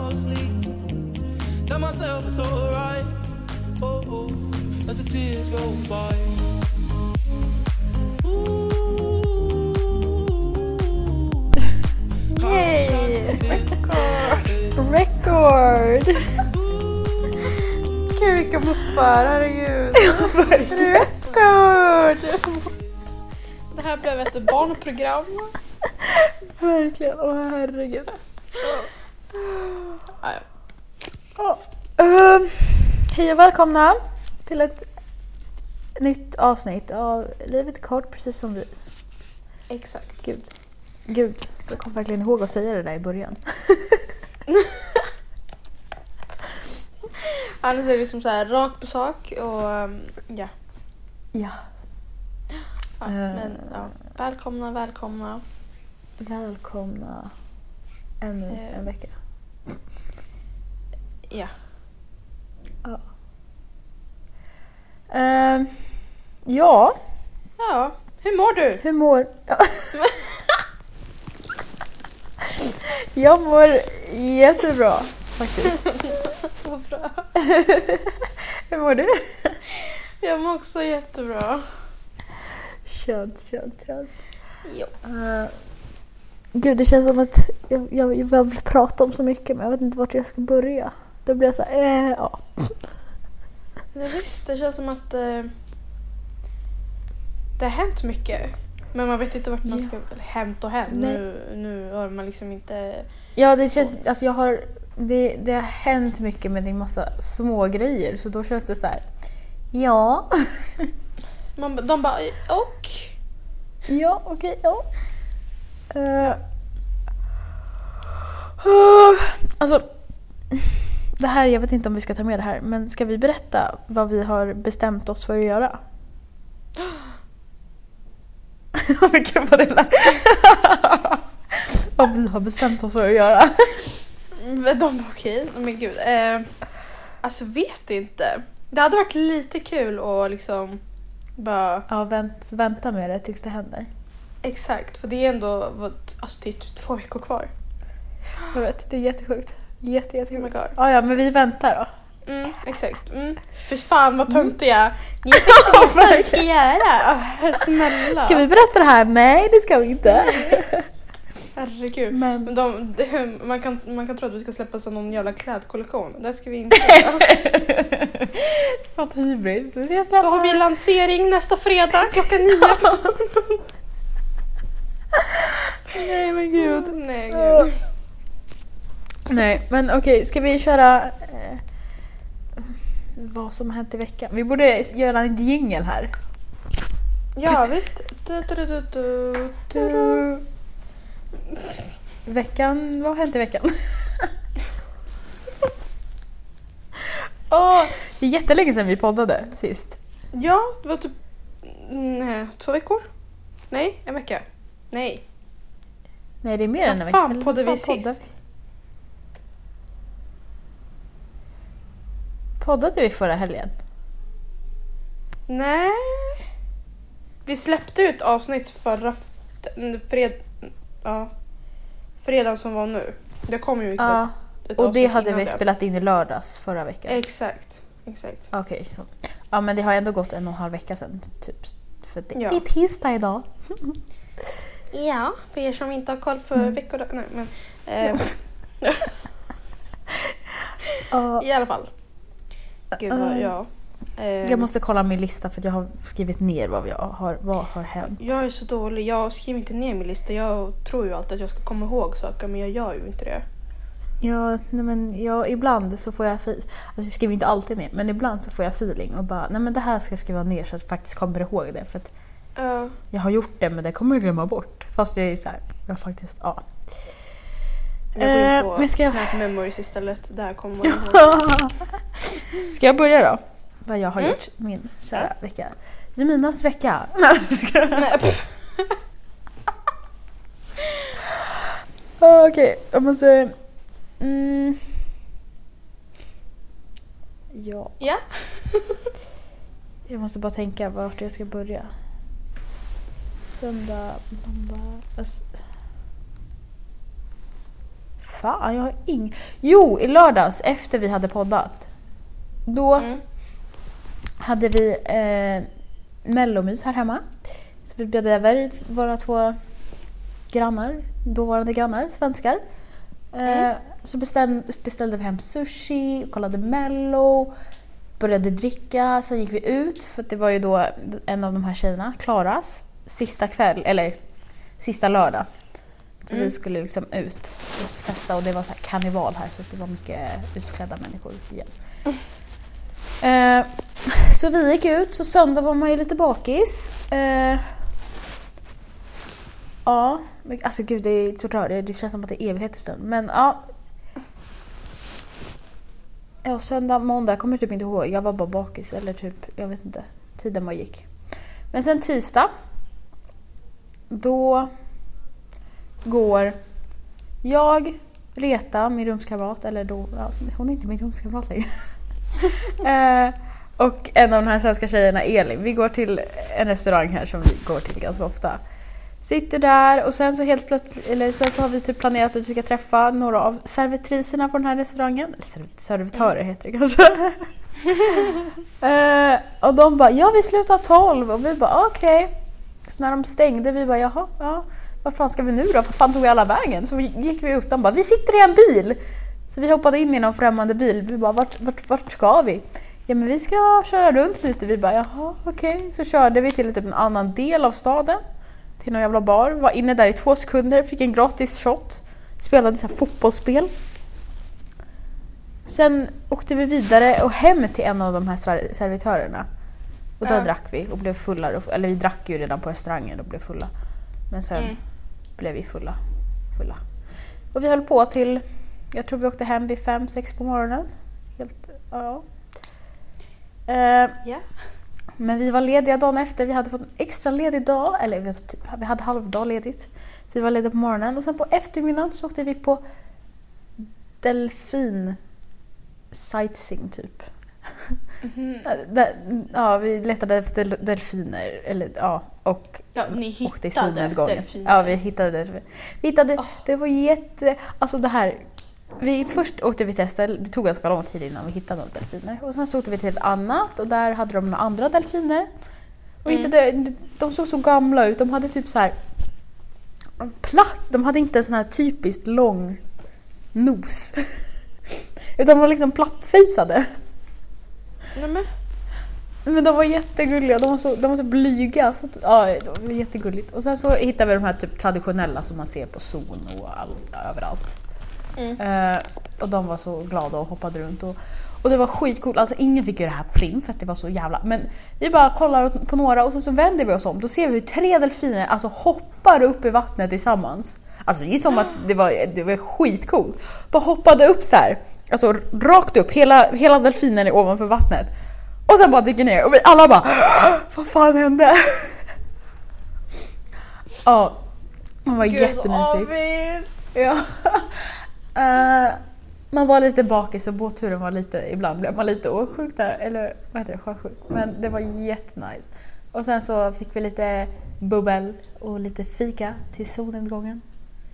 fall asleep. Tell myself it's alright. Oh, oh, as the tears roll by. Yay! Record! Gud vilka muppar, herregud. Record! Det här blev ett barnprogram. Verkligen, åh herregud. Hej och välkomna till ett nytt avsnitt av Livet är kort, precis som vi. Exakt. Gud, jag kom verkligen ihåg att säga det där i början. Annars är det liksom så här rakt på sak och ja. Ja. Men ja, välkomna. Välkomna ännu en vecka. Ja. Ja. Ja, hur mår du? Hur mår... Jag mår jättebra faktiskt. Vad bra. Hur mår du? Jag mår också jättebra. Skönt. Jo. Gud, det känns som att jag vill prata om så mycket, men jag vet inte vart jag ska börja. Då blir jag så här, ja. Ja, visst, det känns som att det har hänt mycket. Men man vet inte vart man ska... Hänt. Nu har man liksom inte... Ja, det känns... Alltså jag har... Det har hänt mycket, men det är en massa små grejer. Så då känns det så här... Ja. De bara... Och? Ja, okej, ja. Alltså... Det här, jag vet inte om vi ska ta med det här, men ska vi berätta vad vi har bestämt oss för att göra? Vilken var det? Vad vi har bestämt oss för att göra. Okej, men gud. Alltså vet inte. Det hade varit lite kul att liksom bara... Ja, vänta med det tills det händer. Exakt, för det är ändå alltså det är typ 2 veckor kvar. Jag vet, det är jättesjukt. Jättesjukt. Oh my God. Ja, men vi väntar då. Exakt. För fan vad töntig jag är. Ni vet inte vad vi ska göra. Snälla. Ska vi berätta det här? Nej, det ska vi inte. Herregud. Men man kan tro att vi ska släppa sig någon jävla klädkollektion. Det ska vi inte göra. Vad hybris. Då har vi lansering nästa fredag klockan 9. Nej, men gud. Nej, gud. Nej, men okej, ska vi köra vad som har hänt i veckan? Vi borde göra en jingle här. Ja, visst. Veckan, vad har hänt i veckan? Det är jättelänge sedan vi poddade sist. Ja, det var typ 2 veckor. Nej, en vecka. Nej, det är mer än en vecka. Fan poddade vi sist. Poddade vi förra helgen? Nej. Vi släppte ut avsnitt förra fredagen som var nu. Det kom ju inte ett och det avsnitt hade innan vi spelat in i lördags förra veckan. Exakt. Okej, så. Ja, men det har ändå gått 1,5 vecka sedan typ. För det är tisdag idag. Ja, för er som inte har koll för veckor. Nej, men i alla fall. Gud vad jag måste kolla min lista för att jag har skrivit ner vad har hänt. Jag är så dålig. Jag skriver inte ner min lista. Jag tror ju alltid att jag ska komma ihåg saker, men jag gör ju inte det. Ja, nej men ibland så får jag alltså jag skriver inte alltid ner, men ibland så får jag feeling och bara, nej men det här ska jag skriva ner så att jag faktiskt kommer ihåg det, för att jag har gjort det, men det kommer jag glömma bort. Fast det är så här, jag faktiskt, Jag går in på Snap Memories istället. Där kommer man ihåg. Ska jag börja då? Vad jag har gjort min kära vecka. Jeminas vecka. Okej, jag måste... Ja. Jag måste bara tänka vart jag ska börja. Söndag, måndag... fan, jag har Jo, i lördags efter vi hade poddat. Då hade vi mellomys här hemma. Så vi bjöd över våra 2 grannar, dåvarande grannar, svenskar. Så beställde vi hem sushi, kollade mello, började dricka, sen gick vi ut för att det var ju då en av de här tjejerna, Klaras, sista kväll eller sista lördag. Så vi skulle liksom ut och festa och det var så här karneval här så det var mycket utklädda människor igen. Så vi gick ut, så söndag var man ju lite bakis. Ja, alltså gud det är så rörigt, det känns som att det är evigheter stund. Men ja, söndag, måndag, kommer typ inte ihåg. Jag var bara bakis eller typ, jag vet inte, tiden bara gick. Men sen tisdag, då går jag, Reta, min rumskamrat, eller då, ja, hon är inte min rumskamrat längre. Och en av de här svenska tjejerna, Elin, vi går till en restaurang här som vi går till ganska ofta. Sitter där och sen så helt plötsligt, eller sen så har vi typ planerat att vi ska träffa några av servitriserna på den här restaurangen. Eller servitörer heter det kanske. Och de bara, ja vi slutar 12. Och vi bara, okej. Så när de stängde, vi bara, jaha, ja. Vad fan ska vi nu då? Vad fan tog vi alla vägen? Så gick vi ut, de bara, vi sitter i en bil. Så vi hoppade in i någon främmande bil. Vi bara, vart ska vi? Ja men vi ska köra runt lite. Vi bara, jaha, okej. Så körde vi till typ en annan del av staden. Till någon jävla bar. Var inne där i 2 sekunder. Fick en gratis shot. Spelade så här fotbollsspel. Sen åkte vi vidare och hem till en av de här servitörerna. Och då drack vi och blev fulla. Eller vi drack ju redan på restaurangen och blev fulla. Men sen blev vi fulla. Och vi höll på till, jag tror vi åkte hem vid 5-6 på morgonen. Helt, ja. Men vi var lediga dagen efter. Vi hade fått en extra ledig dag. Eller vi hade halvdag ledigt. Så vi var lediga på morgonen. Och sen på eftermiddagen så åkte vi på delfin sightseeing typ. Ja, vi letade efter delfiner. Eller, ja, och ni hittade delfiner. Ja, vi hittade delfiner. Det var alltså det här. Först åkte vi testa, det tog ganska lång tid innan vi hittade några delfiner. Och sen så åkte vi till ett annat och där hade de några andra delfiner. Och de såg så gamla ut, de hade typ så här platt, de hade inte en sån här typiskt lång nos. Utan de var liksom plattfejsade. Men de var jättegulliga, de var så blyga. Så, ja, det var jättegulligt. Och sen så hittade vi de här typ traditionella som man ser på zon och överallt. Och de var så glada och hoppade runt och det var skitcoolt, alltså ingen fick ju det här prim för att det var så jävla, men vi bara kollar på några och så vänder vi oss om, då ser vi hur 3 delfiner alltså hoppar upp i vattnet tillsammans, alltså det är som att det var skitcoolt, bara hoppade upp så här, alltså rakt upp, hela delfinen är ovanför vattnet och sen bara dyker ner och vi alla bara, vad fan hände? Ja, det var jättemysigt. Ja. Man var lite bakis och båtturen var lite, ibland blev man lite åksjuk där, eller vad heter det, sjösjuk, men det var jättenice. Och sen så fick vi lite bubbel och lite fika till solnedgången.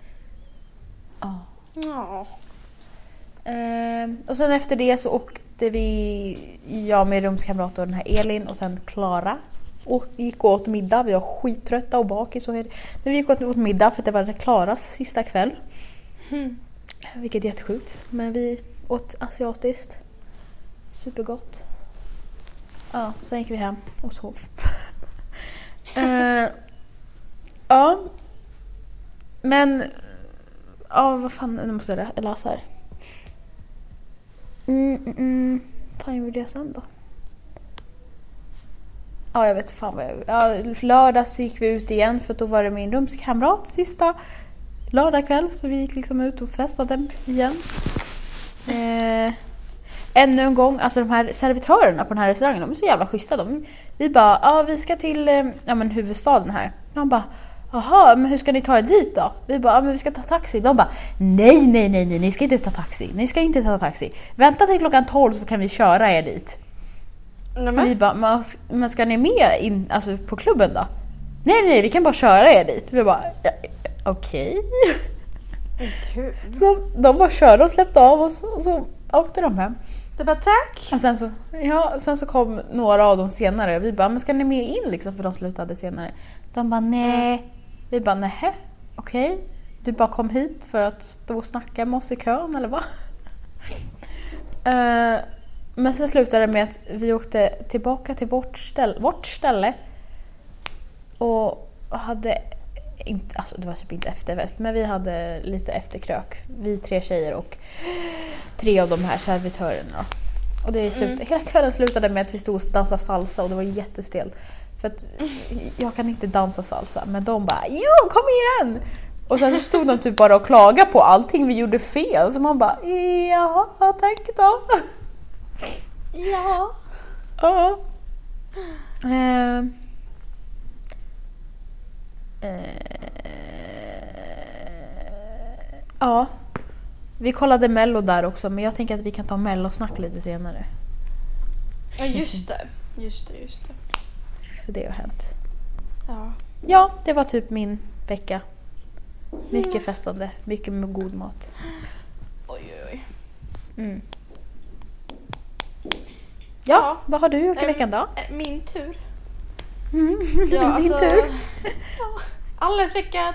Och sen efter det så åkte jag med rumskamrater och den här Elin och sen Klara och gick åt middag. Vi var skittrötta och bakis men vi gick åt middag för att det var Klaras sista kväll. Vilket är jättesjukt. Men vi åt asiatiskt. Supergott. Ja, sen gick vi hem och sov. Ja. Men vad fan, nu måste jag läsa här. Fan gjorde jag sen då? Ja, jag vet fan vad jag gjorde. Lördags gick vi ut igen för då var det min rumskamrat sista lördag kväll, så vi gick liksom ut och festade igen. Ännu en gång, alltså de här servitörerna på den här restaurangen, de är så jävla schyssta. Vi bara, vi ska till huvudstaden här. De bara, jaha, men hur ska ni ta er dit då? Vi bara, men vi ska ta taxi. De bara, nej, ni ska inte ta taxi. Ni ska inte ta taxi. Vänta till klockan 12 så kan vi köra er dit. Vi bara, men ska ni med in, alltså på klubben då? Nej, vi kan bara köra er dit. Vi bara, okej. Så de bara körde och släppte av oss och så åkte de hem. Det bara tack. Och sen så kom några av dem senare. Vi bara, men ska ni med in liksom? För de slutade senare. De bara, nej. Vi bara, nej. Okej. Du bara kom hit för att stå och snacka med oss i kön eller vad? Men sen slutade det med att vi åkte tillbaka till vårt ställe. Och hade inte, alltså det var typ inte efterfest, men vi hade lite efterkrök. Vi 3 tjejer och 3 av de här servitörerna. Och det hela kvällen slutade med att vi stod och dansade salsa och det var jättestelt. För att jag kan inte dansa salsa, men de bara, jo kom igen! Och sen så stod de typ bara och klagade på allting vi gjorde fel. Så man bara, jaha, tack då. Ja. Ja. Ja. Vi kollade Mello där också, men jag tänker att vi kan ta Mello-snack lite senare. Ja, just det. För det har hänt. Ja. Ja, det var typ min vecka. Mycket festande, mycket med god mat. Oj. Mm. Ja, vad har du gjort i veckan då? Min tur. Ja, alltså, min tur. Ja, allas vecka.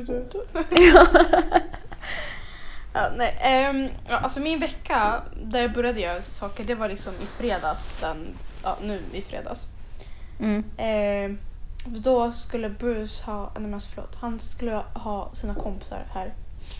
Alltså min vecka där jag började göra saker, det var liksom i fredags. Nu i fredags. Då skulle Bruce han skulle ha sina kompisar här.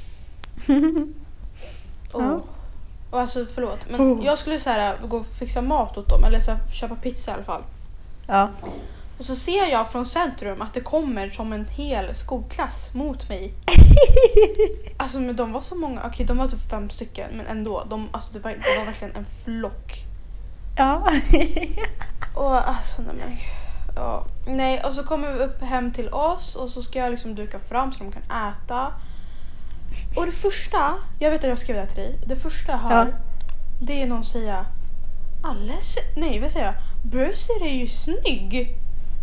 Och alltså förlåt, men jag skulle så här gå och fixa mat åt dem, eller så här, köpa pizza i alla fall. Ja. Och så ser jag från centrum att det kommer som en hel skolklass mot mig. Alltså men de var så många, okej, de var typ 5 stycken, men ändå, det var verkligen en flock. Ja. Och alltså nej, och så kommer vi upp hem till oss och så ska jag liksom duka fram så de kan äta. Och det första, jag vet att jag skrev det här till dig. Det första jag hör, det är någon säga, vad säger jag? Bruce är ju snygg.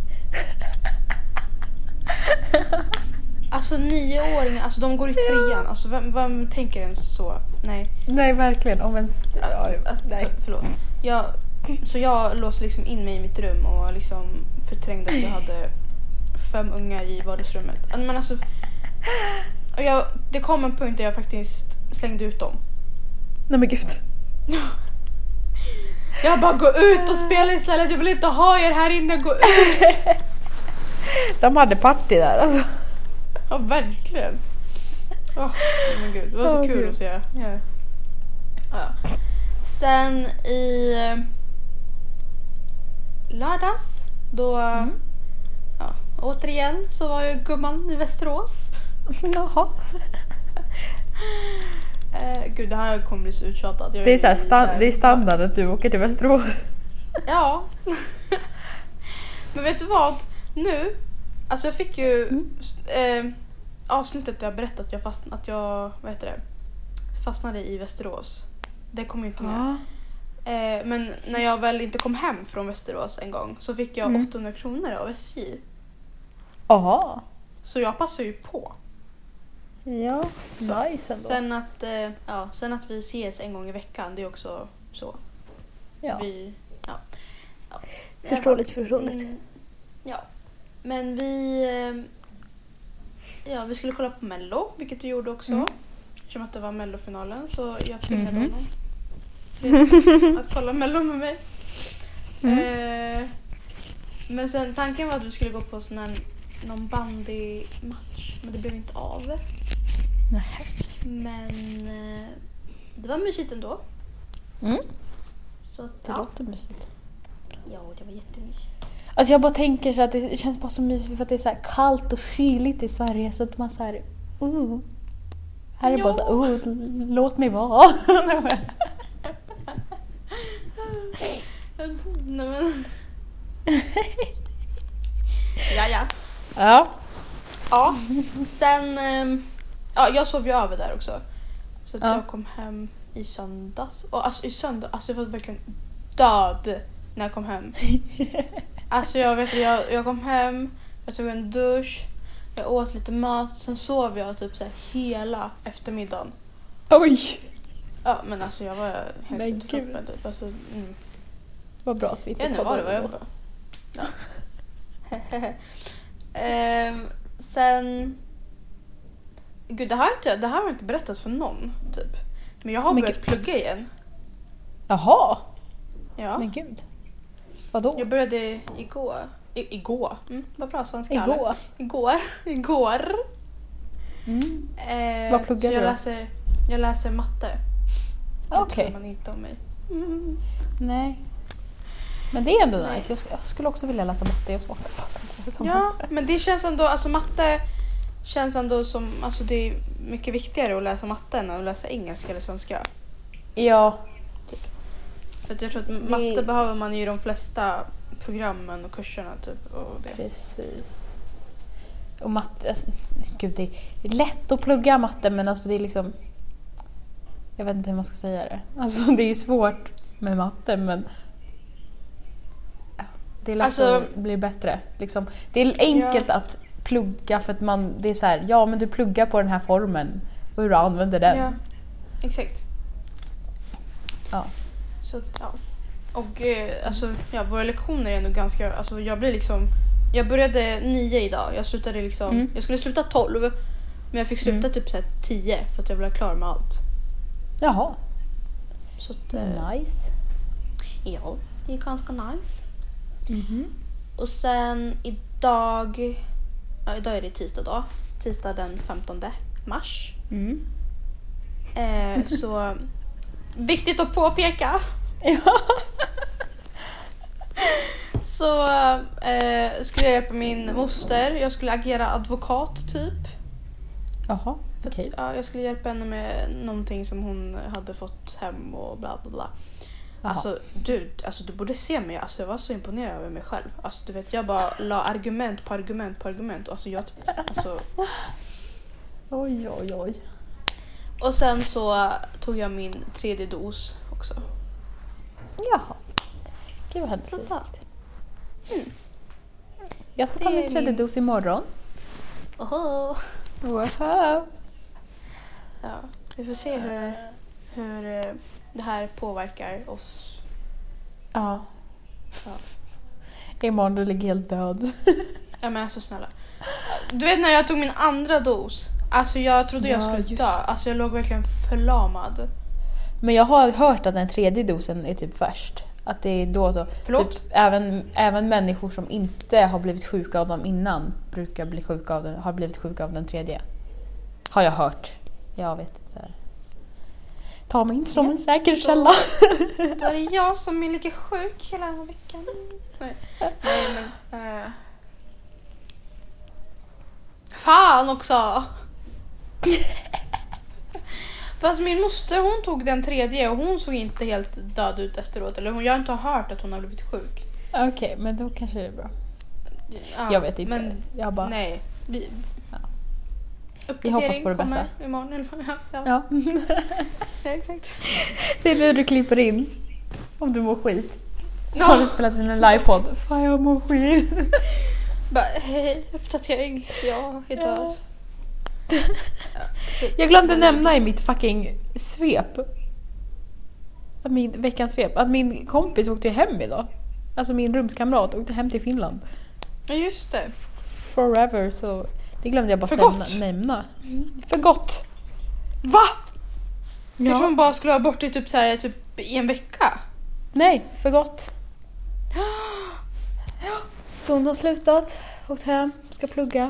Alltså 9-åringar, alltså de går i 3:an. Alltså vem tänker ens så? Nej, verkligen. Nej. Förlåt. Så jag låste liksom in mig i mitt rum och liksom förträngde att jag hade 5 ungar i vardagsrummet. Men alltså, det kom en punkt där jag faktiskt slängde ut dem. Nej men gud. Jag bara, gå ut och spela istället. Jag vill inte ha er här inne, gå ut. De hade party där alltså. Ja, verkligen. Men gud, det var så kul att se. Ja. Sen i lördags då återigen så var jag gumman i Västerås. Jaha. Gud, det här kommer bli så uttjatat. Det är så här det är standard att du åker till Västerås. Ja. Men vet du vad? Nu, alltså jag fick ju avsnittet där jag berättat att jag fastnade i Västerås. Det kom ju inte med. Men när jag väl inte kom hem från Västerås en gång så fick jag 800 kronor av SJ. Aha. Så jag passar ju på. Ja, nice ändå. Sen att vi ses en gång i veckan, det är också så. Ja. Vi, Förståeligt. Ja. Men vi skulle kolla på Mello, vilket vi gjorde också. Som att det var Mellofinalen, så jag tvingade honom att kolla Mello med mig. Men sen tanken var att vi skulle gå på någon bandymatch, men det blev inte av. Nej. Men det var mysigt ändå. Så det låter mysigt. Ja, det var jättemysigt. Alltså jag bara tänker så att det känns bara så mysigt för att det är så här kallt och kyligt i Sverige, så att man så här här är bara så låt mig vara. Nej men. Ja. Ja. Sen jag sov ju över där också. Så att jag kom hem i söndags. Och alltså i söndag, alltså jag var verkligen död när jag kom hem. Alltså jag kom hem, jag tog en dusch, Jag åt lite mat, sen sov jag typ så här hela eftermiddagen. Oj! Ja, men alltså jag var helt slut i kroppen typ. Alltså, Vad bra att vi inte poddade vad det var. Ja. Sen... Gud, det här har inte berättats för någon typ. Men jag har börjat plugga igen. Jaha! Ja. Men gud. Vadå? Jag började igår. Igår? Vad bra svenska. Igår. Vad pluggar du? Jag läser matte. Det tror man inte om mig. Nej. Men det är ändå nice. Jag skulle också vilja läsa matte. Jag så ja, men det känns ändå, alltså matte känns ändå som, alltså det är mycket viktigare att läsa matte än att läsa engelska eller svenska. Ja. Typ. För att jag tror att matte behöver man ju i de flesta programmen och kurserna typ. Och det. Precis. Och matte, alltså, gud det är lätt att plugga matte men alltså det är liksom, jag vet inte hur man ska säga det. Alltså det är svårt med matte men det är lätt att bli bättre. Liksom. Det är enkelt att plugga för att det är så här, ja men du pluggar på den här formen och hur du använder den. Ja, exakt. Ja. Så ja. Och alltså våra lektioner är ändå ganska, alltså jag började 9 idag. Jag slutade liksom, jag skulle sluta 12 men jag fick sluta typ så här 10 för att jag blev klar med allt. Jaha. Så att, nice. Ja, det är ganska nice. Och sen idag är det tisdag då. Tisdag den 15 mars. Så viktigt att påpeka. Ja. Så skulle jag hjälpa min moster. Jag skulle agera advokat typ. Jaha, okej. Ja, jag skulle hjälpa henne med någonting som hon hade fått hem och bla bla bla. Alltså du borde se mig. Alltså jag var så imponerad över mig själv. Alltså du vet, jag bara la argument på argument på argument. Alltså jag Oj. Och sen så tog jag min 3:e dos också. Jaha. Gud vad hemskt. Jag ska ta min 3:e dos imorgon. Oho. Wow. Ja, vi får se hur det här påverkar oss. Ja. Imorgon du ligger helt död. Ja men alltså snälla. Du vet när jag tog min andra dos. Alltså jag trodde jag skulle dö. Alltså jag låg verkligen förlamad. Men jag har hört att den 3:e dosen är typ värst. Att det är då förlåt? Typ, även människor som inte har blivit sjuka av dem innan brukar bli sjuka av den, har blivit sjuka av den 3:e. Har jag hört. Jag vet inte. Ta mig inte som en säker källa. Då är det jag som är lika sjuk hela veckan. Nej men... Fan också! Fast min moster hon tog den 3:e och hon såg inte helt död ut efteråt. Eller jag har inte hört att hon har blivit sjuk. Okej, men då kanske det är bra. Ja, jag vet inte. Men jag bara... Nej. Vi hoppas på det bästa. Imorgon i alla fall. Ja. Ja, exakt. Det är nu du klipper in. Om du mår skit. Så har du spelat in en livepodd. Fan jag mår skit. Bara, hej, uppdatering. Jag är död. Ja, typ. Jag glömde nämna i mitt fucking svep. Min veckans svep. Att min kompis åkte hem idag. Alltså min rumskamrat åkte hem till Finland. Ja just det. Forever så... Det glömde jag bara nämna. För gott. Va? Ja. Jag tror hon bara skulle ha bort det typ, så här, typ i en vecka. Nej, för gott. Så hon har slutat. Åkt hem. Ska plugga.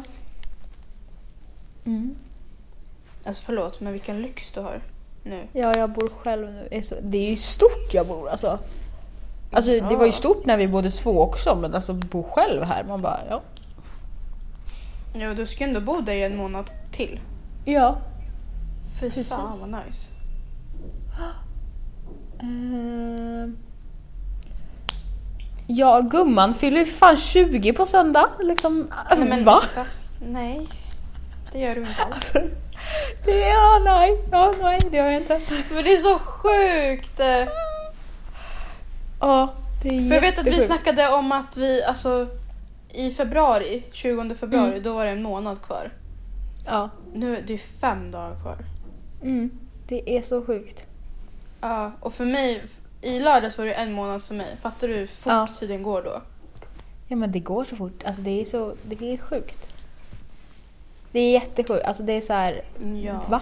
Alltså förlåt, men vilken lyx du har nu. Ja, jag bor själv nu. Det är ju stort jag bor alltså. Alltså det var ju stort när vi bodde 2 också. Men alltså bo själv här. Man bara, ja. Ja, du ska ändå bo där i en månad till. Ja. Fy fan vad nice. Ja, gumman fyller ju fan 20 på söndag. Liksom, nej, men, va? Nej, det gör du inte alls. Nej, det gör jag inte. Men det är så sjukt. Ja, det är för jag vet att vi snackade om att vi, alltså i februari, 20 februari, då var det en månad kvar. Ja. Nu det är 5 dagar kvar. Det är så sjukt. Ja, och för mig, i lördags var det 1 månad för mig. Fattar du hur fort tiden går då? Ja, men det går så fort. Alltså det är sjukt. Det är jättesjukt. Alltså det är så här, va?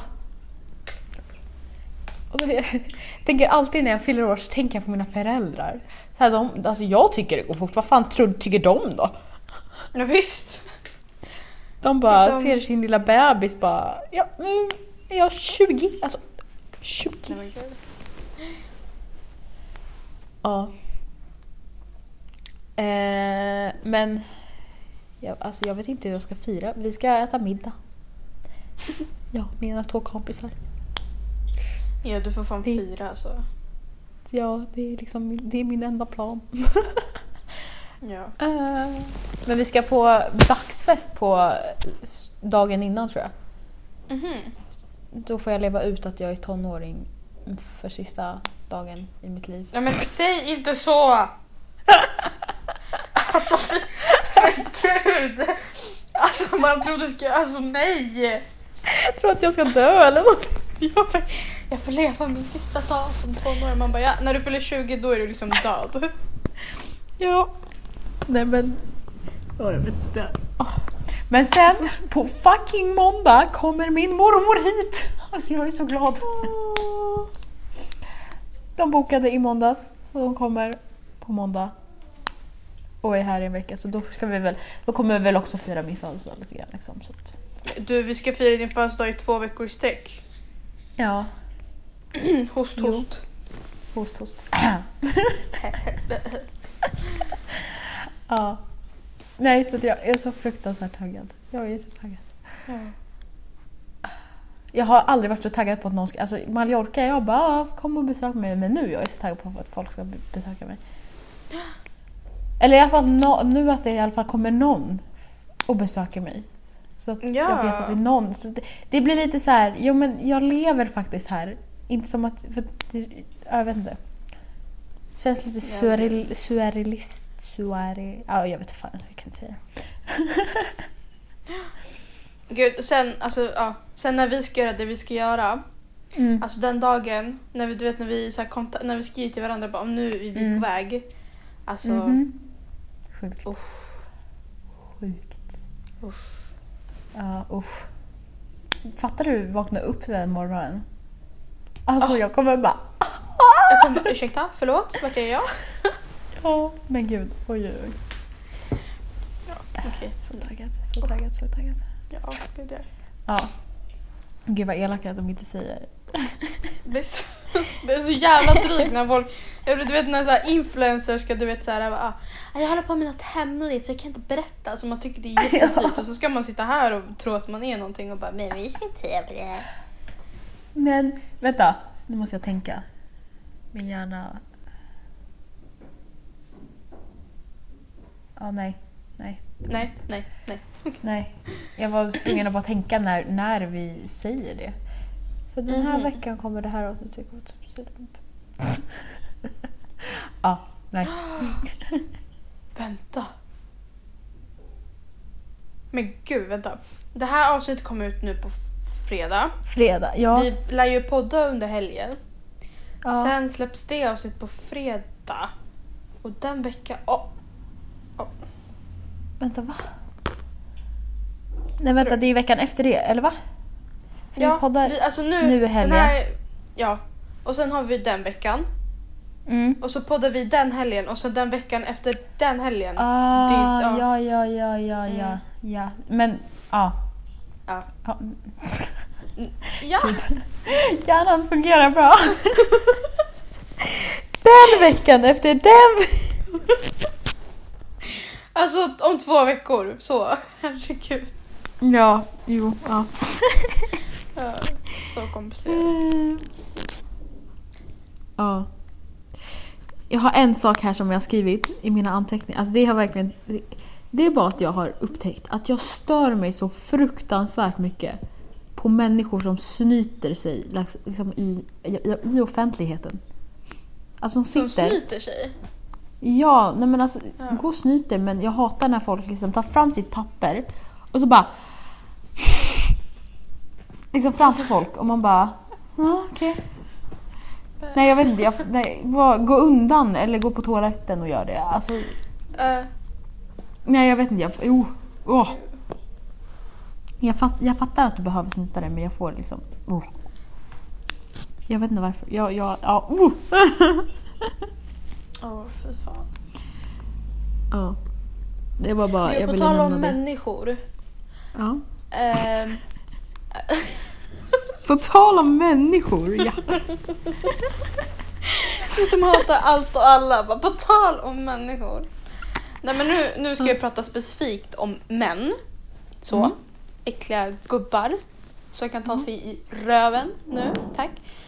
Och jag tänker alltid när jag fyller år så tänker jag på mina föräldrar. Så här, alltså jag tycker det går fort. Vad fan tycker de då? Ja, visst. De bara ser sin lilla bebis bara, ja, nu är jag 20. Alltså 20. Ja. Men jag vet inte hur jag ska fira. Vi ska äta middag. Ja, mina 2 kompisar. Ja, du får fan fira alltså. Ja, det är liksom det är min enda plan. Ja. Men vi ska på dagsfest på dagen innan, tror jag. Då får jag leva ut att jag är tonåring för sista dagen i mitt liv. Ja, men säg inte så! Alltså, gud! Alltså, man tror du ska... Alltså, nej! Jag tror att jag ska dö eller något. Jag får leva min sista dag som tonåring. Man bara, ja, när du fyller 20 då är du liksom död. Ja. Nej, men... jag vet inte. Men sen, på fucking måndag kommer min mormor hit. Alltså, jag är så glad. De bokade i måndags, så de kommer på måndag. Och är här i en vecka, så då kommer vi väl också fira min födelsedag lite grann liksom, så att... Du, vi ska fira din födelsedag i 2 veckor i sträck. Ja. Host. Host. Ja. Nej, så att jag är så fruktansvärt taggad. Jag är så taggad. Ja. Jag har aldrig varit så taggad på att någon ska... Alltså Mallorca, jag bara kom och besök mig. Men nu jag är så taggad på att folk ska besöka mig. Eller i alla fall nu att det i alla fall kommer någon och besöker mig. Så att jag vet att det är någon. Så det blir lite så här, jo men jag lever faktiskt här. Inte som att, för det, jag vet inte. Känns lite surrealist. Ja, jag vet fan, jag kan inte säga. Gud, sen när vi ska göra det vi ska göra. Alltså den dagen när vi, du vet, när vi så här, när vi skriver till varandra bara, om nu är vi på väg. Alltså Sjukt. Sjukt. Ja, Fattar du vakna upp den morgonen? Alltså jag kommer bara... ursäkta, förlåt, vart är jag? Ja, men gud, oj. Ja, okej. Så taggad. Ja, det är det. Ja. Gud vad elaka att de inte säger. Visst. Det är så jävla drygt när folk, du vet när så här influencers ska, du vet så här, jag håller på med något hemligt så jag kan inte berätta, alltså man tycker det är jättedrygt och så ska man sitta här och tro att man är någonting och bara, men vi ska inte göra det. Men vänta, nu måste jag tänka. Min hjärna. Ja, nej. Nej, jag var tvungen att bara tänka när vi säger det. För den här veckan kommer det här avsnittet. Ja, nej. Vänta. Men gud, vänta. Det här avsnittet kommer ut nu på fredag. Ja. Vi lär ju podda under helgen. Ja. Sen släpps det avsnitt på fredag. Och den veckan... Vänta, va? Nej, vänta, det är veckan efter det, eller va? För ja, vi poddar alltså nu är helgen. Ja, och sen har vi den veckan. Och så poddar vi den helgen. Och sen den veckan efter den helgen. Ja. Men, ja. Hjärnan fungerar bra. Den veckan efter den. Alltså om 2 veckor, så. Herregud. Ja. Ja, så komplicerat. Ja. Jag har en sak här som jag har skrivit i mina anteckningar. Alltså det har verkligen... Det är bara att jag har upptäckt att jag stör mig så fruktansvärt mycket på människor som snyter sig liksom i offentligheten. Alltså som snyter sig? Ja, nej men alltså gå och snyt dig, men jag hatar när folk liksom tar fram sitt papper och så bara liksom framför folk och man bara okej. Nej, jag vet inte. Gå undan eller gå på toaletten och gör det. Alltså, nej, jag vet inte. Jag fattar att du behöver snyta dig, men jag får liksom... Jag vet inte varför. Fy fan. Ja. Det var bara... Jag på tal om människor. Ja. På tal om människor, ja. Du som hatar allt och alla. Bara på tal om människor. Nej, men nu ska jag prata specifikt om män. Så. Äckliga gubbar. Så jag kan ta sig i röven nu. Tack.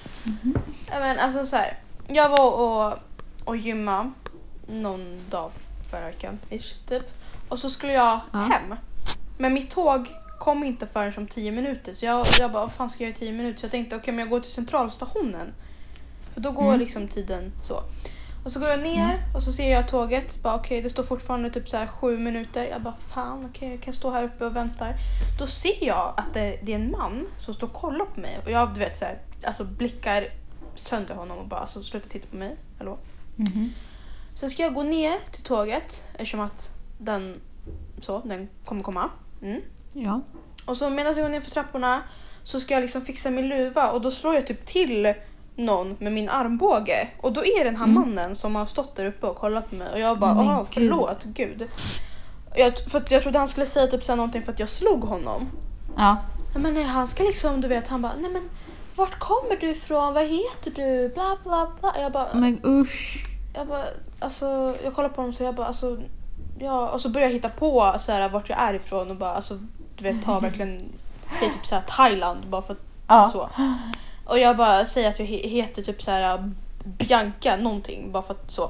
Men alltså så här. Jag var och gymma någon dag förra veckan. Typ. Och så skulle jag hem. Men mitt tåg kom inte förrän som 10 minuter. Så jag bara, vad fan ska jag göra i 10 minuter? Så jag tänkte, okej, men jag går till centralstationen. För då går liksom tiden så. Och så går jag ner och så ser jag tåget. Bara okej, det står fortfarande typ så här 7 minuter. Jag bara, fan, okej, jag kan stå här uppe och vänta. Då ser jag att det är en man som står och kollar på mig. Och jag, du vet, så här, alltså blickar sönder honom och bara, alltså, sluta titta på mig. Hallå? Sen ska jag gå ner till tåget. Eftersom att den kommer komma. Ja. Och så medan jag går ner för trapporna så ska jag liksom fixa min luva. Och då slår jag typ till någon med min armbåge. Och då är det den här mannen som har stått där uppe och kollat på mig. Och jag bara, förlåt, gud. För jag trodde han skulle säga typ så här någonting för att jag slog honom. Ja. Men nej, han ska liksom, du vet, han bara, nej men vart kommer du ifrån? Vad heter du? Bla bla bla. Jag bara, men usch. Jag bara, alltså, jag kollar på honom så jag bara, alltså, ja. Och så börjar jag hitta på så här vart jag är ifrån och bara, alltså, du vet, ta verkligen, säg typ så här Thailand bara för att så. Och jag bara säger att jag heter typ så här Bianca någonting bara för att så.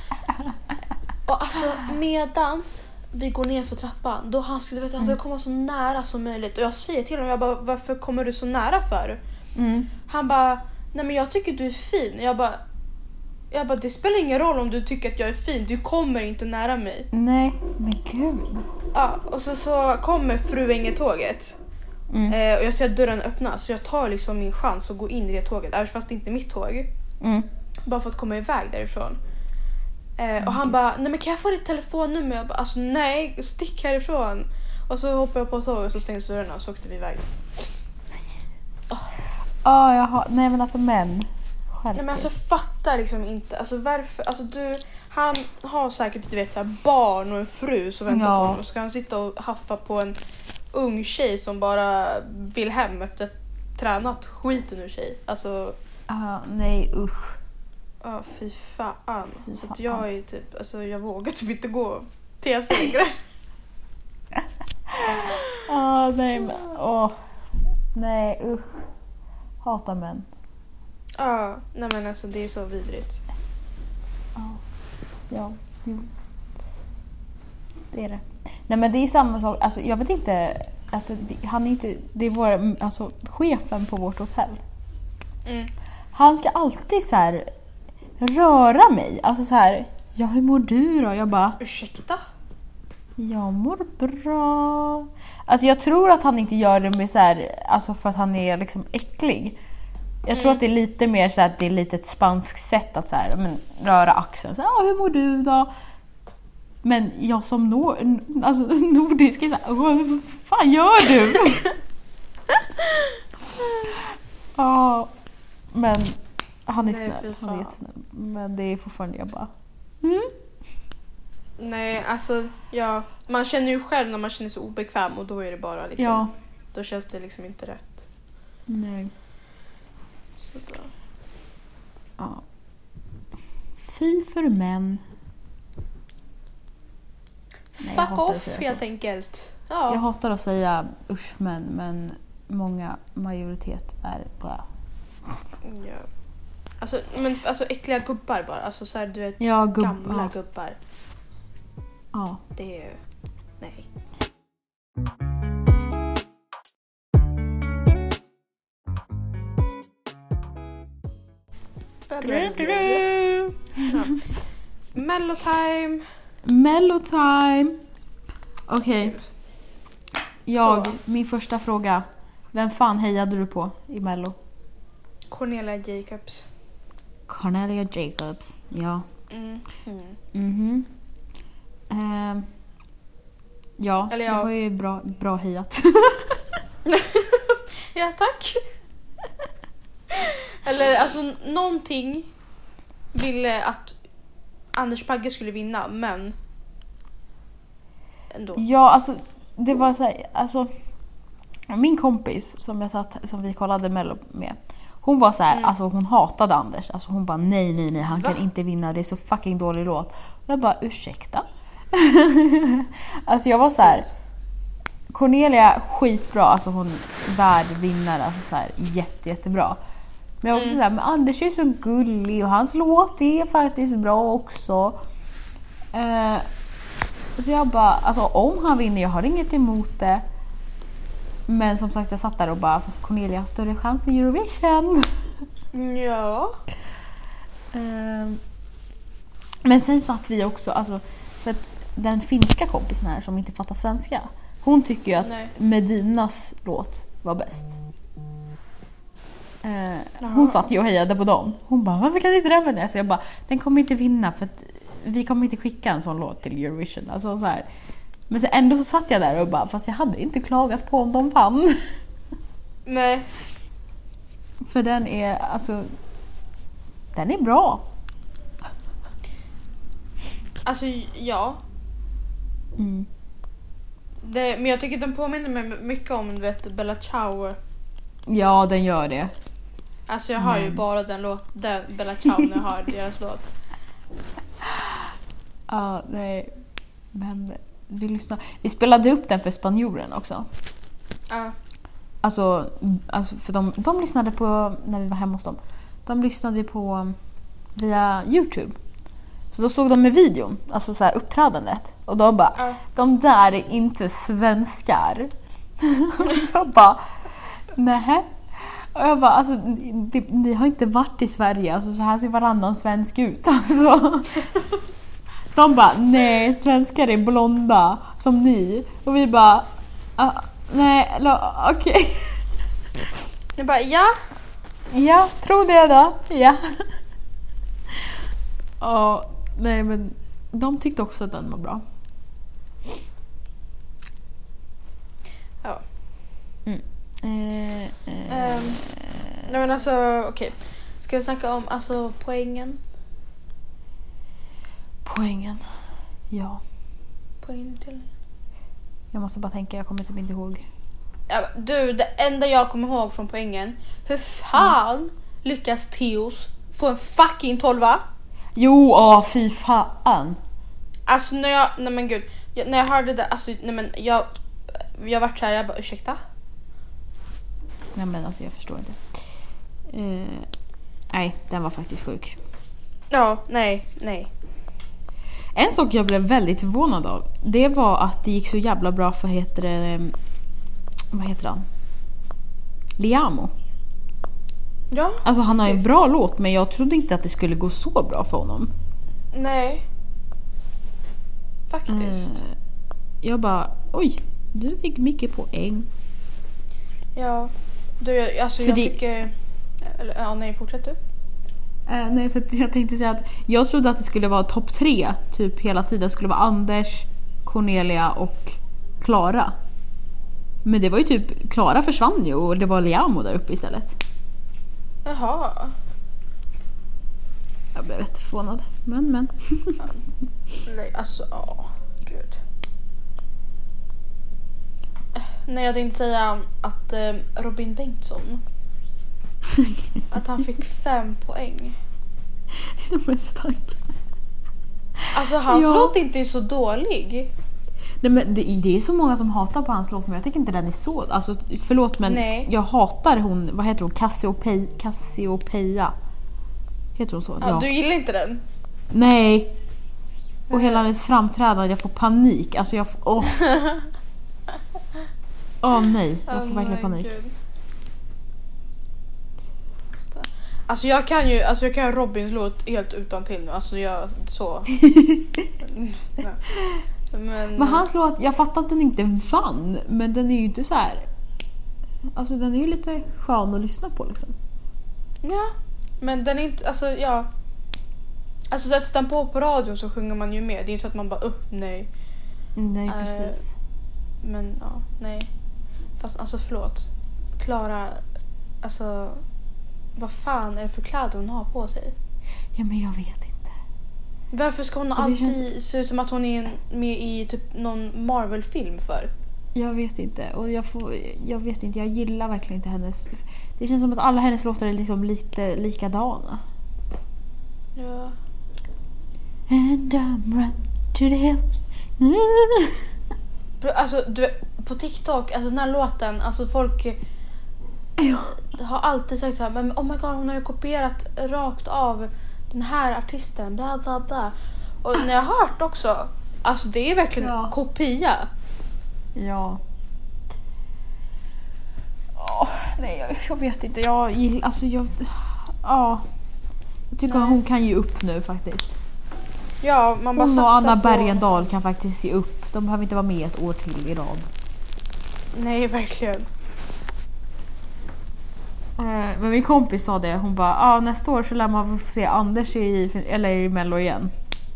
Och alltså medans vi går ner för trappan, då han ska komma så nära som möjligt. Och jag säger till honom, jag bara, varför kommer du så nära för? Han bara, nej men jag tycker du är fin. Jag bara, det spelar ingen roll om du tycker att jag är fin. Du kommer inte nära mig. Nej, men gud. Ja, och så kommer Fruängetåget. Och jag ser att dörren öppnas. Så jag tar liksom min chans att gå in i det tåget. Även fast det inte är mitt tåg. Bara för att komma iväg därifrån. Och han bara, nej men kan jag få ditt telefonnummer? Jag bara, alltså nej, stick härifrån. Och så hoppade jag på tåget och så stängdes dörrarna och så åkte vi iväg. Nej men alltså män. Nej men alltså fattar liksom inte. Alltså varför, alltså han har säkert, du vet, så här barn och en fru som väntar på honom. Och ska han sitta och haffa på en ung tjej som bara vill hem efter att tränat skiten ur sig. Alltså nej usch. Ja, fy fan. Så att jag är typ, alltså jag vågar typ inte gå till sig längre. Nej men nej usch. Hatar män. Nej men alltså det är så vidrigt. Ja, jo. Det är det. Nej men det är samma sak, alltså jag vet inte, alltså han är inte, det är vår, alltså chefen på vårt hotell. Han ska alltid så här röra mig, alltså så här, ja hur mår du då? Jag bara, ursäkta? Jag mår bra. Alltså jag tror att han inte gör det med så här, alltså för att han är liksom äcklig. Jag tror att det är lite mer så att det är lite ett spanskt sätt att så här, men, röra axeln. Så här, hur mår du då? Men jag som nordisk är så här, vad fan gör du? Men han är snäll. Han är jättesnäll. Men det är fortfarande jag bara. Nej, alltså ja, man känner ju själv när man känner sig obekväm och då är det bara liksom, då känns det liksom inte rätt. Nej. Så då. Ja. Fy för män. Nej, fuck off helt enkelt. Ja. Jag hatar att säga usch men många majoritet är bara. Ja. Alltså äckliga gubbar bara, alltså så här, du vet, gamla gubbar. Ja. Det är nej. Mellotime. Okej. Min första fråga. Vem fan hejade du på i Mello? Cornelia Jacobs. Ja. Ja, det var ju bra hejat. Ja, tack. Eller alltså någonting ville att Anders Bagge skulle vinna, men ändå. Ja, alltså det var så här, alltså min kompis som vi kollade Mello med. Hon var så här, alltså hon hatade Anders. Alltså hon bara nej, han kan inte vinna, det är så fucking dålig låt. Och jag bara ursäkta. Alltså jag var så här, Cornelia skitbra, alltså hon värd vinnare, alltså så här jättebra. Men jag var också så här, men Anders är så gullig och hans låt är faktiskt bra också. Så jag bara, alltså om han vinner, jag har inget emot det. Men som sagt, jag satt där och bara, fast Cornelia har större chans i Eurovision. Ja. Men sen satt vi också, alltså för att den finska kompisen här som inte fattar svenska, hon tycker ju att Medinas låt var bäst. Hon satt ju och hejade på dem. Hon bara, varför kan inte den vinna? Så jag bara, den kommer inte vinna för att vi kommer inte skicka en sån låt till Eurovision. Alltså så här. Men så ändå så satt jag där och bara, fast jag hade inte klagat på om de vann. Nej. För den är, alltså, den är bra. Alltså, ja. Men jag tycker den påminner mig mycket om, du vet, Bella Ciao. Ja, den gör det. Alltså jag har ju bara den Bella Ciao när jag har deras låt. Ja, nej. Men vi spelade upp den för spanjoren också. Alltså för de lyssnade på, när vi var hemma hos dem. De lyssnade på via YouTube. Så då såg de med videon, alltså så här uppträdandet. Och de bara, de där är inte svenskar. Och jag bara, nej. Och jag bara, alltså ni har inte varit i Sverige. Alltså så här ser varannan svensk ut. Alltså. De bara, nej, svenskar är blonda som ni. Och vi bara, nej, okej. Jag bara, ja. Ja, tror det då. Ja. Nej, men de tyckte också att den var bra. Ja. Nej men alltså, okej. Ska vi snacka om alltså poängen? Poängen? Ja. Poängen till. Jag måste bara tänka, jag kommer inte ihåg. Ja, du, det enda jag kommer ihåg från poängen. Hur fan lyckas Theos få en fucking 12? Jo, fy fan. Alltså när jag, nej men gud, när jag hörde det, alltså nej men jag vart så här, jag bara ursäkta. Nej men alltså jag förstår inte. Nej, den var faktiskt sjuk. Ja, nej. En sak jag blev väldigt förvånad av, det var att det gick så jävla bra för vad heter han? Liamo. Ja. Alltså han har en bra låt, men jag trodde inte att det skulle gå så bra för honom. Nej. Faktiskt. Jag bara, oj, du fick mycket poäng. Ja. Du, alltså jag tycker... Eller, ja, nej, fortsätt du. Nej, för jag tänkte säga att jag trodde att det skulle vara topp 3 typ hela tiden. Det skulle vara Anders, Cornelia och Klara. Men det var ju typ, Klara försvann ju och det var Liamo där uppe istället. Jaha. Jag blev rätt förvånad. Men. Nej, alltså, gud. Nej, jag tänkte säga att Robin Bengtsson att han fick 5 poäng. Men stack. Alltså hans låt inte är så dålig. Nej, men det är så många som hatar på hans låt, men jag tycker inte den är så. Alltså förlåt, men jag hatar hon, vad heter hon? Cassiopeia. Heter hon så? Ja. Du gillar inte den? Nej. Och hela hennes framträdande, jag får panik. Alltså jag får... nej, jag får verkligen panik. God. Alltså jag kan Robins låt helt utan till nu. Alltså jag så. Men hans låt, jag fattar att den inte vann, men den är ju inte så här. Alltså den är ju lite skön att lyssna på liksom. Ja, men den är inte, alltså ja. Alltså sätts den på radion så sjunger man ju med. Det är inte så att man bara nej. Nej, precis. Men ja, nej. Fast alltså förlåt. Klara, alltså vad fan är det för kläder hon har på sig? Ja, men jag vet inte. Varför ska hon alltid se ut som att hon är med i typ någon Marvel-film för? Jag vet inte. Och jag vet inte, jag gillar verkligen inte hennes. Det känns som att alla hennes låtar är liksom lite likadana. Ja. And I'm run to the hills. Alltså på TikTok, alltså den här låten, alltså folk har alltid sagt så här, men oh my god, hon har ju kopierat rakt av den här artisten, bla bla bla. Och när jag har hört också, alltså det är verkligen kopia. Ja. Nej, jag vet inte. Jag gillar, alltså jag tycker hon kan ge upp nu faktiskt. Ja, man bara hon och Anna på... Bergendahl kan faktiskt ge upp. De behöver inte vara med ett år till i rad. Nej, verkligen. Men min kompis sa det. Hon bara, nästa år så lär man få se Anders i Mello igen.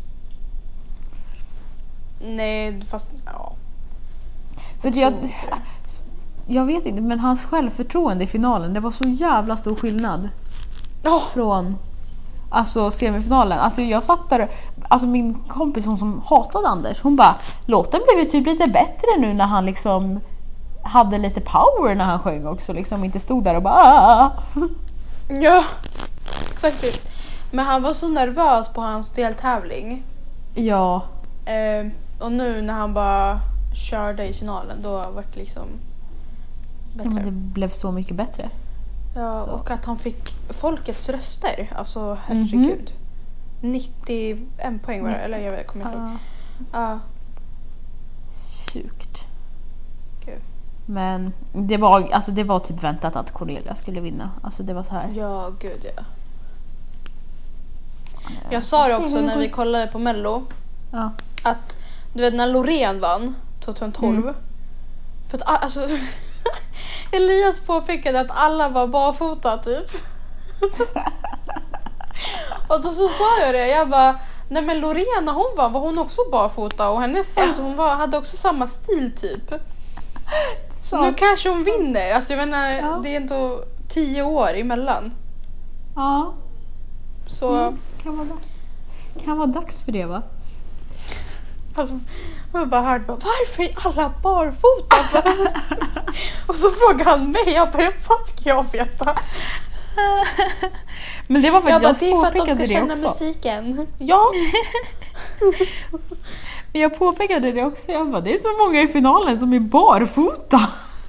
Nej, fast ja. För jag vet inte, men hans självförtroende i finalen, det var så jävla stor skillnad. Från alltså semifinalen. Alltså jag satt där, alltså min kompis, hon som hatade Anders, hon bara, låten blev ju typ lite bättre nu när han liksom hade lite power när han sjöng också, liksom inte stod där och bara Ja, faktiskt. Men han var så nervös på hans deltävling. Ja. Och nu när han bara körde i finalen, då var det liksom bättre. Ja, men det blev så mycket bättre. Ja, så. Och att han fick folkets röster. Alltså herregud. 91 poäng var det, eller jag kommer inte ihåg. Ja. Sjukt. Gud. Men det var typ väntat att Cornelia skulle vinna. Alltså det var så här. Ja, gud ja. Jag sa det också när vi kollade på Mello. Ja. Att du vet när Loreen vann 2012. För att alltså Elias påpekade att alla var barfota typ. Och då så sa jag det. Jag bara, nej men Loreen när hon var hon också barfota. Och hennes, alltså hon hade också samma stil typ. Så nu kanske hon vinner. Alltså jag menar, det är ändå 10 år emellan. Ja. Så kan vara dags för det, va? Alltså, jag bara hörde, varför är alla barfota? Och så frågade han mig, jag bara, vad ska jag veta? Men det var för att jag det är för att de ska det känna också. Musiken. Ja. Men jag påpekade det också. Jag bara, det är så många i finalen som är barfota.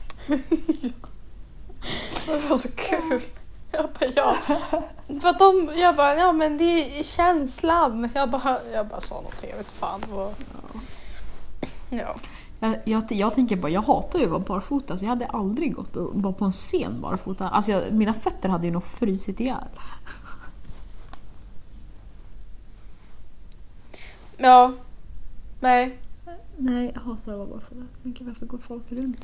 Det var så kul. Jag bara, för att jag bara, ja men det är känslan. Jag bara sa någonting, jag vet fan vad. Ja. Jag tänker bara, jag hatar ju att vara barfota, så jag hade aldrig gått och vara på en scen barfota. Alltså mina fötter hade ju nog frysit ihjäl. Ja. Nej, jag hatar att vara barfota. Men varför går folk runt?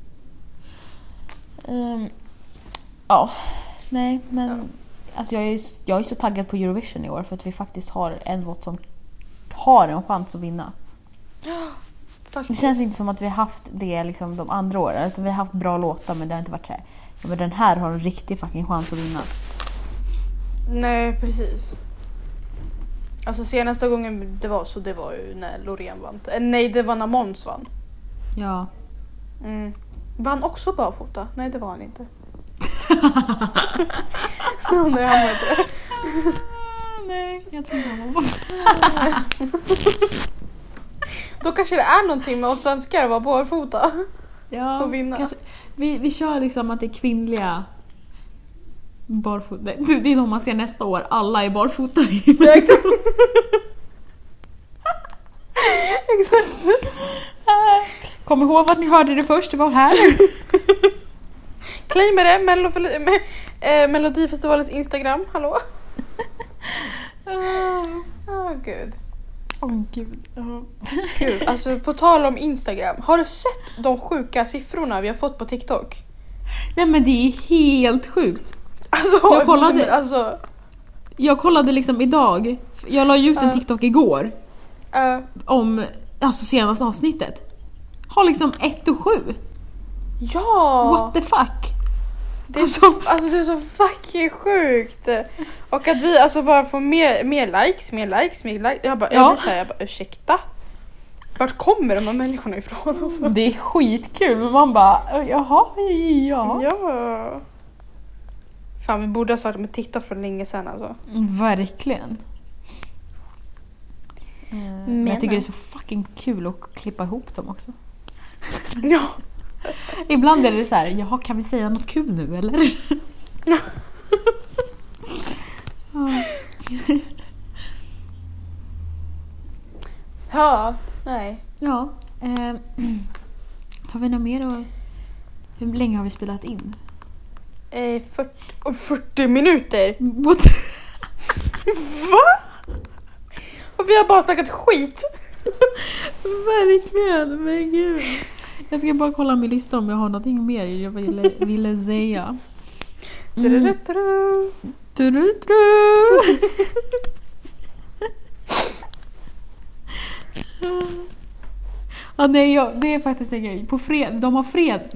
Nej, men alltså jag är så taggad på Eurovision i år för att vi faktiskt har en låt som har en chans att vinna. faktiskt. Det känns inte som att vi har haft det liksom de andra åren, utan vi har haft bra låtar, men det har inte varit så här. Ja, men den här har en riktig fucking chans att vinna. Nej, precis. Alltså senaste gången det var ju när Loreen vann. Nej, det var när Måns vann. Ja. Vann också barfota? Nej, det var han inte. Nej, han var inte det. Nej, jag tror inte han var. Då kanske det är någonting med oss svenskar att vara barfota. Ja, och vinna. Kanske, vi kör liksom att det är kvinnliga barfota. Det är de man ser nästa år. Alla är barfota. Ja, exakt. Exakt. Kom ihåg att ni hörde det först, det var här. Claima det, Melodifestivalens Instagram, hallå? Gud. Gud. Gud, alltså på tal om Instagram. Har du sett de sjuka siffrorna vi har fått på TikTok? Nej men det är helt sjukt. Alltså, jag kollade liksom idag. Jag la ut en TikTok igår. Om alltså senaste avsnittet. Har liksom 1-7. Ja. What the fuck? Det är så fucking sjukt. Och att vi alltså bara får mer likes. Jag blir såhär, ursäkta. Vart kommer de här människorna ifrån? Alltså? Det är skitkul, men man bara, ja. Fan, vi borde ha startat med TikTok för länge sedan alltså. Verkligen. Men jag tycker det är så fucking kul att klippa ihop dem också. Ja. Ibland är det så här, jaha, kan vi säga något kul nu eller? Ja, nej. Ja. Har vi något mer då? Hur länge har vi spelat in? 40 minuter. What? Va? Och vi har bara snackat skit. Verkligen, men gud. Jag ska bara kolla min lista om jag har någonting mer jag ville säga. Ja, nej, det är faktiskt en grej. På de har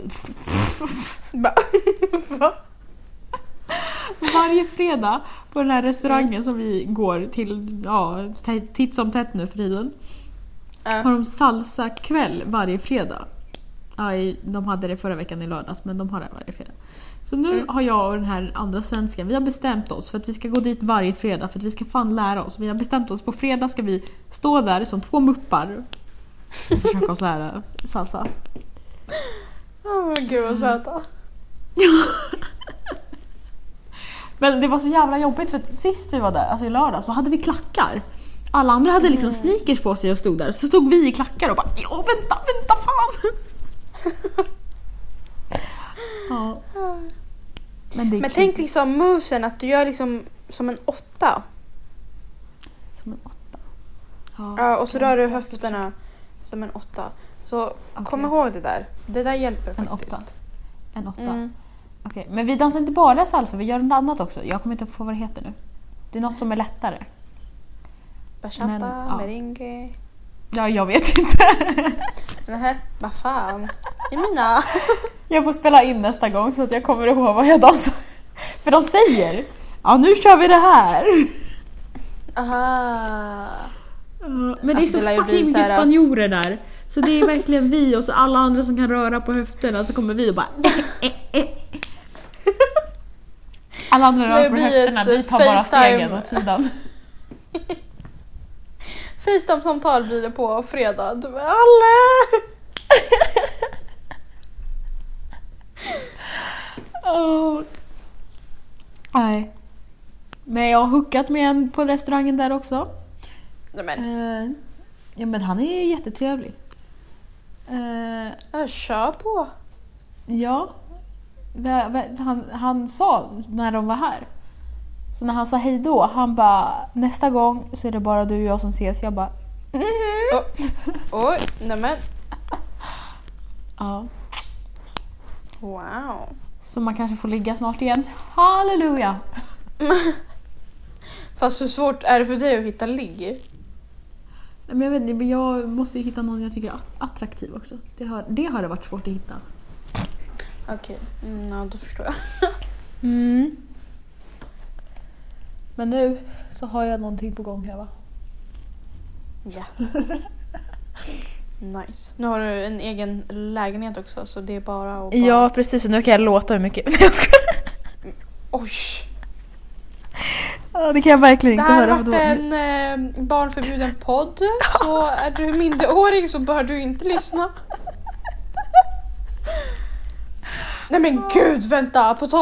Va? Varje fredag på den här restaurangen som vi går till, titt som tätt nu för tiden. Har de salsa kväll varje fredag. De hade det förra veckan i lördags, men de har det varje fredag. Så nu har jag och den här andra svensken, vi har bestämt oss för att vi ska gå dit varje fredag för att vi ska fan lära oss. Vi har bestämt oss, på fredag ska vi stå där som 2 muppar och försöka oss lära salsa. Gud vad söta. Men det var så jävla jobbigt för att sist vi var där, alltså i lördags, så hade vi klackar. Alla andra hade liksom sneakers på sig och stod där. Så stod vi i klackar och bara, vänta fan. Ja. Men tänk liksom movesen att du gör liksom som en 8. Som en 8? Ja, och så rör du höfterna som en 8. Så kom ihåg det där. Det där hjälper faktiskt. En 8. Okej, men vi dansar inte bara salsa, vi gör något annat också. Jag kommer inte på vad det heter nu. Det är något som är lättare. Bachata, merengue. Ja, jag vet inte. Nej, vad fan. Jag får spela in nästa gång så att jag kommer ihåg vad jag dansar. För de säger, nu kör vi det här. Aha. Men det är så fucking mycket spanjorer där. Så det är verkligen vi och så alla andra som kan röra på höfterna, så kommer vi och bara alla andra rör på höfterna, vi tar bara stegen åt sidan. FaceTime-samtal blir det på fredag. Du är alla! Nej. Men jag har hookat med en på restaurangen där också. Ja, men han är jättetrevlig. Kör på. Ja. Han sa när de var här. Så när han sa hej då, han bara, nästa gång så är det bara du och jag som ses. Jag bara Oj, nämen. Ja. Wow. Så man kanske får ligga snart igen. Halleluja. Fast hur svårt är det för dig att hitta ligg? Men jag vet inte, jag måste ju hitta någon jag tycker är attraktiv också. Det har varit svårt att hitta. Okej, då förstår jag. Men nu så har jag någonting på gång här, va? Ja. Nice. Nu har du en egen lägenhet också, så det är bara att... Ja, precis. Nu kan jag låta hur mycket. Oj! Ja, det kan jag verkligen inte höra. Det här har varit en barnförbjuden podd. Så är du minderårig så bör du inte lyssna. Nej men gud, vänta. På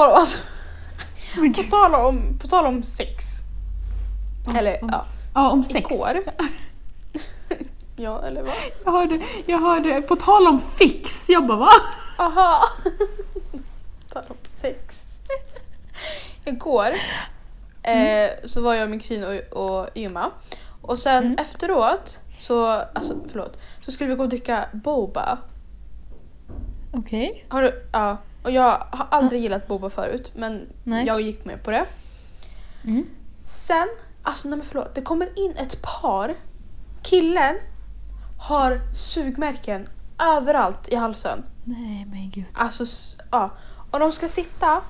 tal om sex. Eller om sex. Igår. Ja, eller vad? Jag hörde på tal om fix. Jag bara, va? Aha. Tal om sex. igår så var jag och min kusin och Yuma. Och sen efteråt så skulle vi gå och dricka boba. Okej. Har du, ja. Och jag har aldrig gillat boba förut, men jag gick med på det. Sen, det kommer in ett par. Killen har sugmärken överallt i halsen. Nej, men gud. Och de ska sitta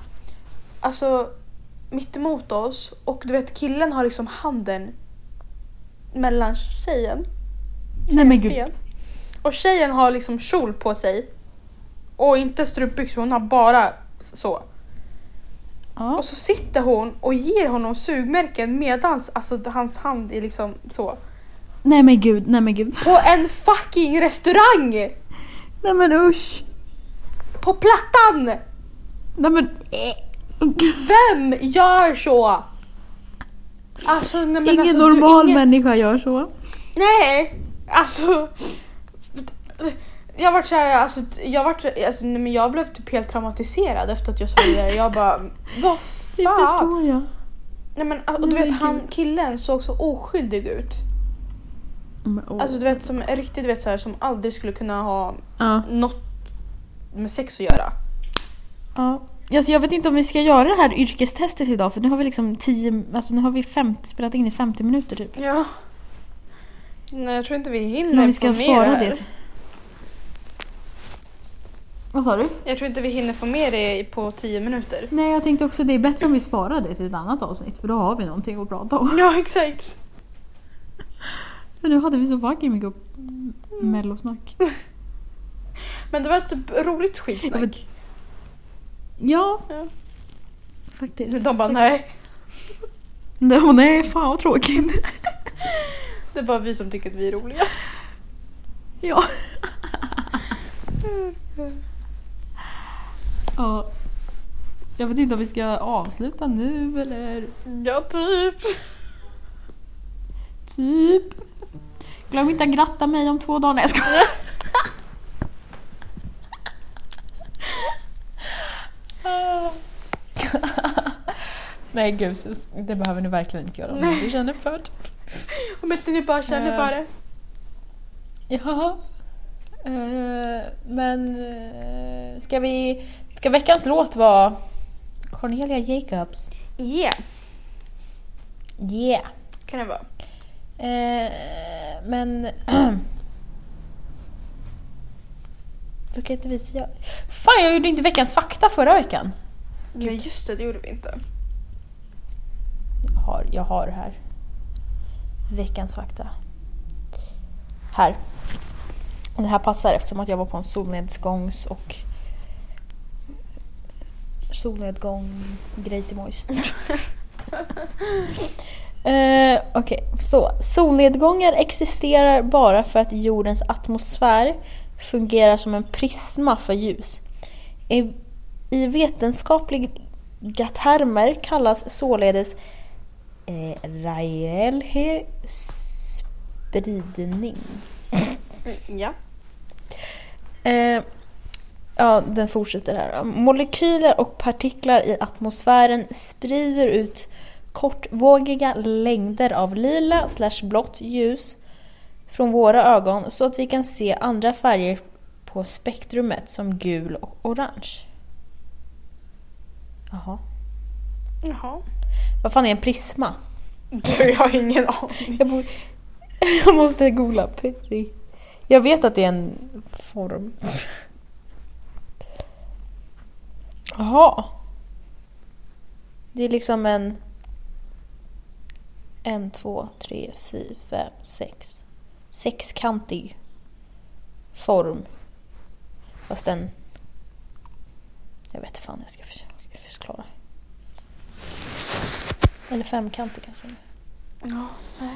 mitt emot oss. Och du vet, killen har liksom handen mellan tjejen. Nej, men gud. Ben. Och tjejen har liksom kjol på sig. Och inte strupbyxor, hon har bara så. Ja. Och så sitter hon och ger honom sugmärken medans hans hand är liksom så. Nej men gud. På en fucking restaurang! Nej men usch. På plattan! Nej men... Vem gör så? Ingen normal människa gör så. Nej, jag var så här, jag blev typ helt traumatiserad efter att jag såg det där. Jag bara, vad fan? Det förstår jag. Nej men, och du vet, killen såg så oskyldig ut. Du vet, som riktigt, du vet, så här, som aldrig skulle kunna ha något med sex att göra. Ja. Alltså jag vet inte om vi ska göra det här yrkestestet idag, för nu har vi liksom spelat in i 50 minuter typ. Ja. Nej, jag tror inte vi hinner. Men vi ska spara det. Vad sa du? Jag tror inte vi hinner få med det på 10 minuter. Nej, jag tänkte också det är bättre om vi sparar det till ett annat avsnitt, för då har vi någonting att prata om. Ja, exakt. Men nu hade vi så fucking mycket mellosnack. Men det var ett typ roligt skitsnack. Ja. Faktiskt. De bara, nej. Nej, fan vad tråkigt. Det är bara vi som tycker att vi är roliga. Ja. Ja. Jag vet inte om vi ska avsluta nu eller... Ja, typ. Glöm inte att gratta mig om 2 dagar när jag ska... Nej gud, det behöver ni verkligen inte göra om ni inte känner för det. Om inte ni bara känner för det. Ja. Men ska veckans låt vara Cornelia Jacobs? Yeah. Yeah. Kan det vara. Men brukar inte vi säga... Fan, jag gjorde inte veckans fakta förra veckan. Nej, just det gjorde vi inte. Jag har här veckans fakta. Här. Det här passar eftersom att jag var på en grejs i mojs. Okej, så solnedgångar existerar bara för att jordens atmosfär fungerar som en prisma för ljus. I vetenskapliga termer kallas således Rayleigh spridning. Ja. Ja, den fortsätter här. Molekyler och partiklar i atmosfären sprider ut kortvågiga längder av lila/blått ljus från våra ögon så att vi kan se andra färger på spektrumet som gul och orange. Jaha. Vad fan är en prisma? Jag har ingen aning. Jag måste googla. Jag vet att det är en form. Jaha. Det är liksom en 2, 3, 4, 5, 6 sexkantig form. Fast den... Jag vet inte fan jag ska förklara. Eller 5-kantig kanske. Ja, nej.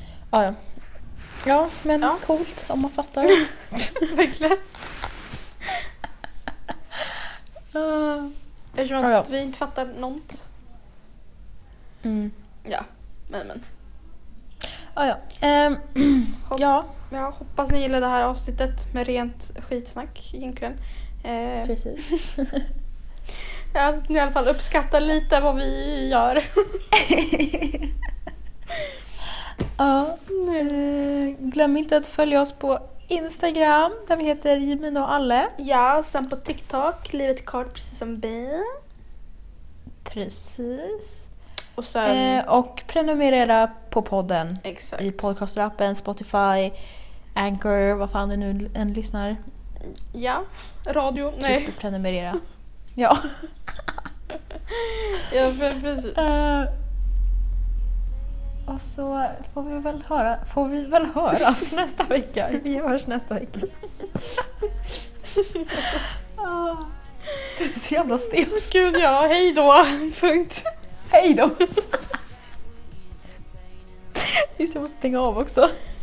Ja, men coolt om man fattar. Verkligen. Jag tror att vi inte fattar något. Ja, men. Ja. Jag hoppas ni gillar det här avsnittet med rent skitsnack egentligen. Precis. Att ni i alla fall uppskattar lite vad vi gör. Ja, glöm inte att följa oss på Instagram där vi heter Jimin och Alle. Ja, och sen på TikTok, livet är kort precis som B. Precis. Och sen... och prenumerera på podden. Exakt. I podcasterappen, Spotify, Anchor, vad fan det nu än lyssnar. Ja, radio, nej. Prenumerera. Ja. Ja, precis. Och så får vi väl höras nästa vecka. Vi hörs nästa vecka. Det är så jävla stel. Gud, ja, hej då. Punkt. Hej då. Just, jag måste stänga av också.